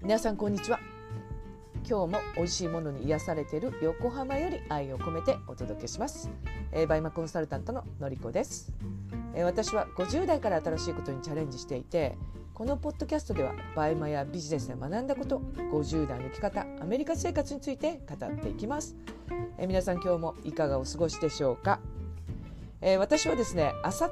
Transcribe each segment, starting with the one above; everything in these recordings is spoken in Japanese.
皆さんこんにちは。今日も美味しいものに癒されている横浜より愛を込めてお届けします。バイマコンサルタントののりこです。私は50代から新しいことにチャレンジしていて、このポッドキャストではバイマやビジネスで学んだこと、50代の生き方、アメリカ生活について語っていきます。皆さん今日もいかがお過ごしでしょうか。私はですね、あさって、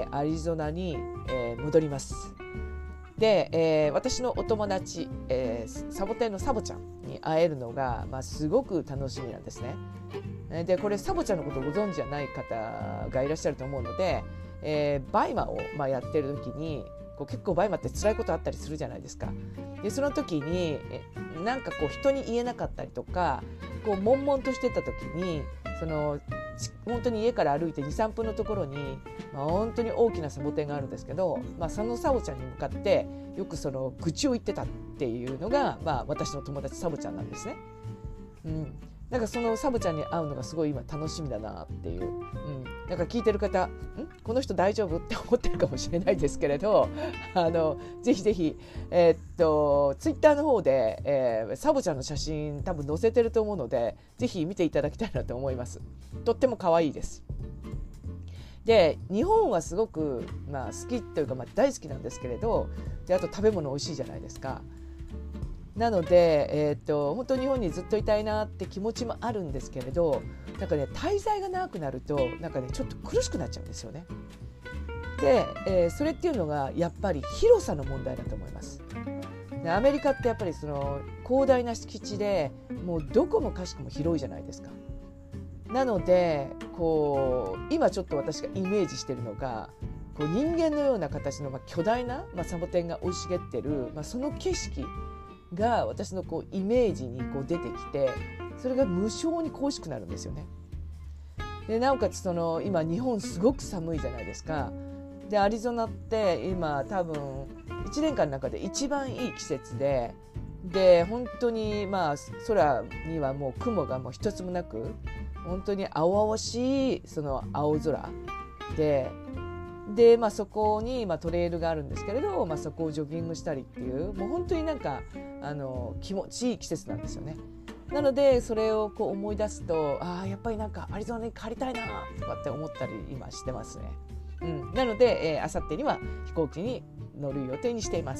アリゾナに、戻ります。で、私のお友達、サボテンのサボちゃんに会えるのが、すごく楽しみなんですね。でこれサボちゃんのことをご存知じゃない方がいらっしゃると思うので、バイマを、やってる時に結構バイマって辛いことあったりするじゃないですか。でその時になんか人に言えなかったりとか悶々としてた時に本当に家から歩いて 2,3 分のところに、本当に大きなサボテンがあるんですけど、そのサボちゃんに向かってよく愚痴を言ってたっていうのが、私の友達サボちゃんなんですね。なんかそのサボちゃんに会うのがすごい今楽しみだなっていう、なんか聞いてる方この人大丈夫って思ってるかもしれないですけれど、ぜひぜひ、ツイッターの方で、サボちゃんの写真多分載せてると思うので、ぜひ見ていただきたいなと思います。とっても可愛いです。で日本はすごく、好きというか、大好きなんですけれど、であと食べ物美味しいじゃないですか。なので、本当に日本にずっといたいなって気持ちもあるんですけれど、なんかね滞在が長くなるとなんかねちょっと苦しくなっちゃうんですよね。で、それっていうのがやっぱり広さの問題だと思います。でアメリカってやっぱり広大な敷地でもうどこもかしこも広いじゃないですか。なので今ちょっと私がイメージしてるのが人間のような形の、巨大な、サボテンが生い茂ってる、その景色が私のイメージに出てきて、それが無性に恋しくなるんですよね。でなおかつ今日本すごく寒いじゃないですか。でアリゾナって今多分1年間の中で一番いい季節で、本当に空にはもう雲がもう一つもなく、本当に青々しい青空でそこにトレイルがあるんですけれど、そこをジョギングしたりっていう、もう本当になんか気持ちいい季節なんですよね。なのでそれを思い出すと、やっぱりなんかアリゾナに帰りたいなとかって思ったり今してますね。なのであさってには飛行機に乗る予定にしています。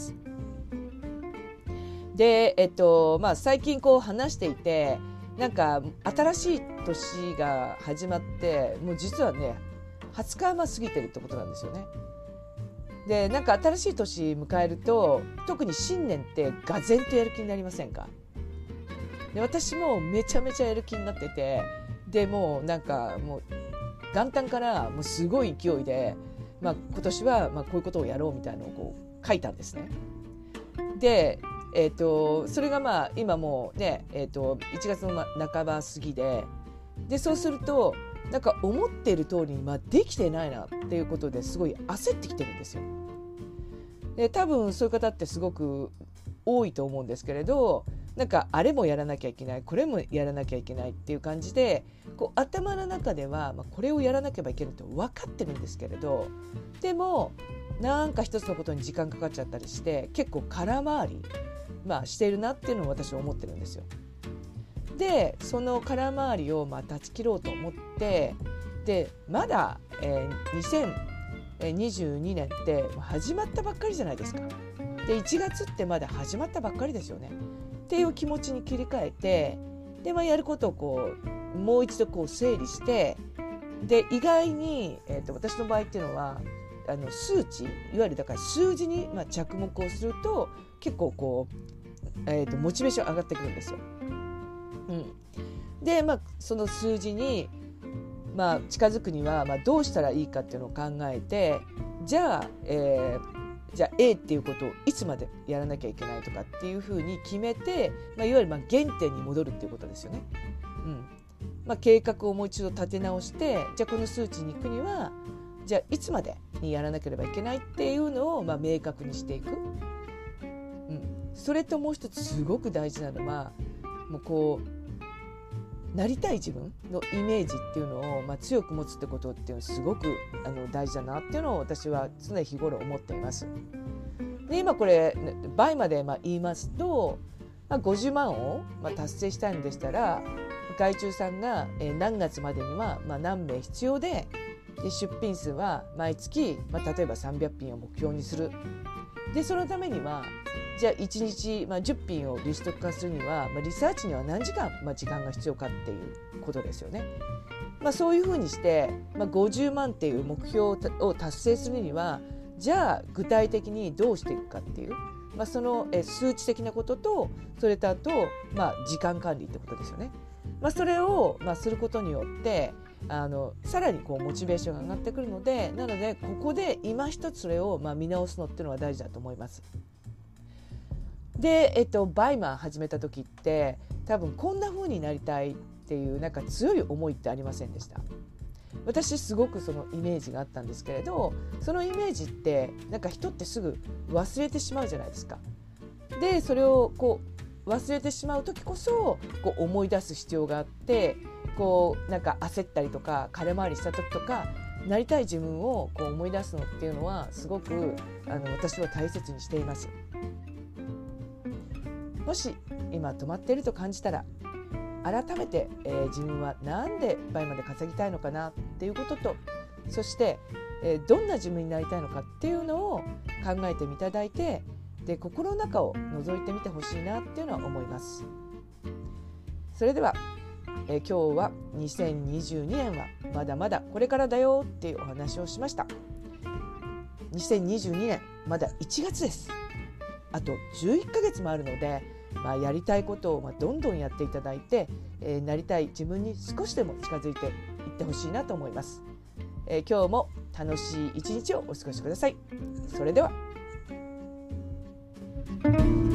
で最近話していて、なんか新しい年が始まって、もう実はね20日は過ぎてるってことなんですよね。でなんか新しい年迎えると、特に新年ってがぜんとやる気になりませんか。で私もめちゃめちゃやる気になってて、でもうなんかもう元旦からもうすごい勢いで、今年はこういうことをやろうみたいなのを書いたんですね。でそれが今もうね、1月の半ば過ぎで、そうするとなんか思っている通りにできてないなっていうことですごい焦ってきてるんですよ。で多分そういう方ってすごく多いと思うんですけれど、なんかあれもやらなきゃいけない、これもやらなきゃいけないっていう感じで、頭の中ではこれをやらなければいけないと分かってるんですけれど、でもなんか一つのことに時間かかっちゃったりして、結構空回り、しているなっていうのを私は思ってるんですよ。でその空回りを断ち切ろうと思って、でまだ、2022年って始まったばっかりじゃないですか。で1月ってまだ始まったばっかりですよねっていう気持ちに切り替えて、で、やることをもう一度整理して、で意外に、私の場合っていうのは数値、いわゆるだから数字に着目をすると結構モチベーション上がってくるんですよ。でその数字に近づくにはどうしたらいいかっていうのを考えて、じゃあ A っていうことをいつまでやらなきゃいけないとかっていうふうに決めて、いわゆる原点に戻るっていうことですよね。計画をもう一度立て直して、じゃあこの数値に行くにはじゃあいつまでにやらなければいけないっていうのを明確にしていく。それともう一つすごく大事なのは、もうなりたい自分のイメージっていうのを、強く持つってことっていうのはすごく大事だなっていうのを私は常日頃思っています。 で今これ倍まで言いますと、50万を達成したいんでしたら、外注さんが何月までには何名必要で、出品数は毎月、例えば300品を目標にする。でそのためにはじゃあ1日、10品をリスト化するには、リサーチには何時間、時間が必要かっていうことですよね。そういうふうにして、50万っていう目標を達成するには、じゃあ具体的にどうしていくかっていう、その数値的なことと、それとあと、時間管理ってことですよね。それをすることによってさらにモチベーションが上がってくるので、なのでここで今一つそれを見直すのっていうのは大事だと思います。で、バイマン始めた時って多分こんな風になりたいっていう強い思いってありませんでした。私すごくそのイメージがあったんですけれど、そのイメージって人ってすぐ忘れてしまうじゃないですか。でそれを忘れてしまう時こそ思い出す必要があって、焦ったりとか空回りした時とか、なりたい自分を思い出すのっていうのはすごく私は大切にしています。もし今止まっていると感じたら、改めて、自分はなんで倍まで稼ぎたいのかなっていうことと、そして、どんな自分になりたいのかっていうのを考えていただいて、で心の中を覗いてみてほしいなっていうのは思います。それでは、今日は2022年はまだまだこれからだよっていうお話をしました。2022年まだ1月です。あと11ヶ月もあるので、やりたいことをどんどんやっていただいて、なりたい自分に少しでも近づいていってほしいなと思います。今日も楽しい一日をお過ごしください。それでは。